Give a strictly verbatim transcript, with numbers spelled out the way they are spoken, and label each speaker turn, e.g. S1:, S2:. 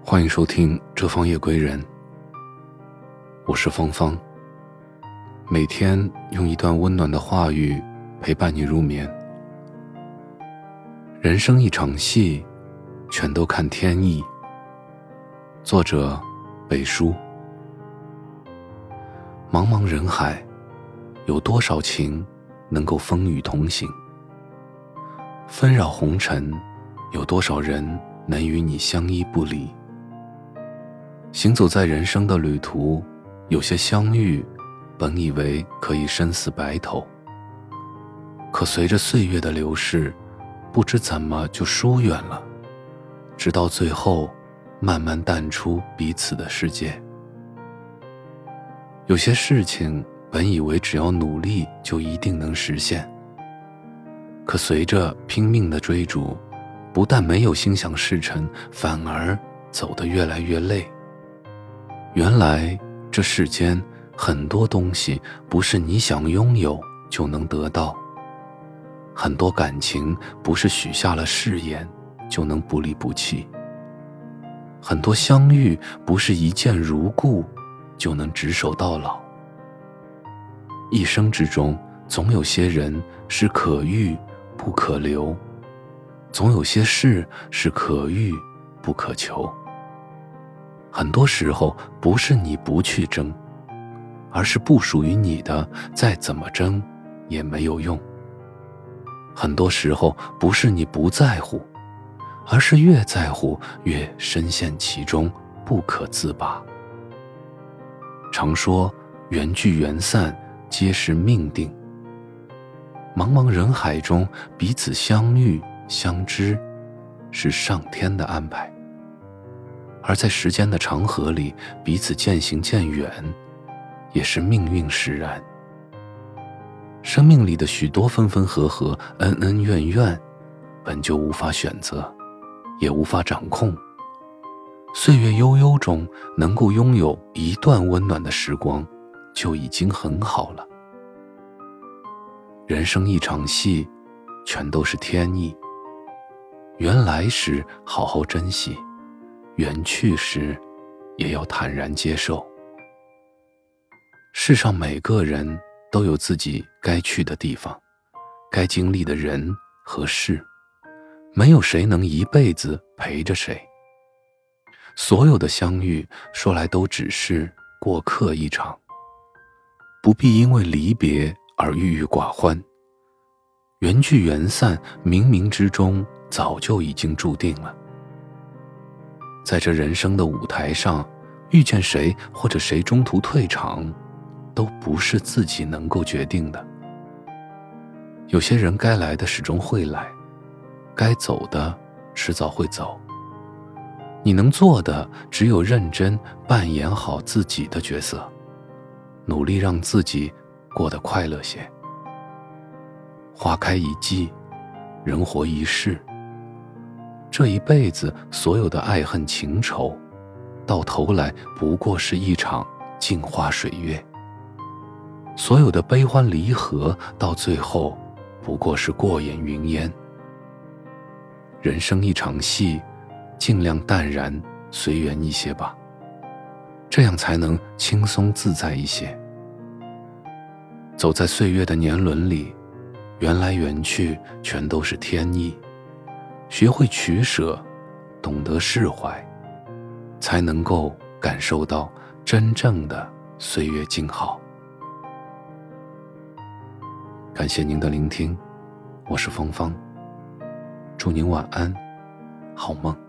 S1: 欢迎收听这方夜归人，我是芳芳。每天用一段温暖的话语陪伴你入眠。人生一场戏，全都看天意。作者北叔。茫茫人海，有多少情能够风雨同行？纷扰红尘，有多少人能与你相依不离？行走在人生的旅途，有些相遇本以为可以生死白头，可随着岁月的流逝，不知怎么就疏远了，直到最后慢慢淡出彼此的世界。有些事情本以为只要努力就一定能实现，可随着拼命的追逐，不但没有心想事成，反而走得越来越累。原来这世间很多东西不是你想拥有就能得到，很多感情不是许下了誓言就能不离不弃，很多相遇不是一见如故就能执手到老。一生之中，总有些人是可遇不可留，总有些事是可遇不可求。很多时候不是你不去争，而是不属于你的，再怎么争也没有用。很多时候不是你不在乎，而是越在乎越深陷其中，不可自拔。常说缘聚缘散皆是命定，茫茫人海中彼此相遇相知，是上天的安排。而在时间的长河里，彼此渐行渐远，也是命运使然。生命里的许多分分合合，恩恩怨怨，本就无法选择，也无法掌控。岁月悠悠中，能够拥有一段温暖的时光，就已经很好了。人生一场戏，全都是天意。缘来时好好珍惜，缘去时也要坦然接受。世上每个人都有自己该去的地方，该经历的人和事，没有谁能一辈子陪着谁。所有的相遇说来都只是过客一场，不必因为离别而郁郁寡欢。缘聚缘散，冥冥之中早就已经注定了。在这人生的舞台上，遇见谁或者谁中途退场，都不是自己能够决定的。有些人该来的始终会来，该走的迟早会走。你能做的只有认真扮演好自己的角色，努力让自己过得快乐些。花开一季，人活一世。这一辈子所有的爱恨情仇，到头来不过是一场镜花水月；所有的悲欢离合，到最后不过是过眼云烟。人生一场戏，尽量淡然随缘一些吧，这样才能轻松自在一些。走在岁月的年轮里，缘来缘去全都是天意。学会取舍，懂得释怀，才能够感受到真正的岁月静好。感谢您的聆听，我是芳芳，祝您晚安，好梦。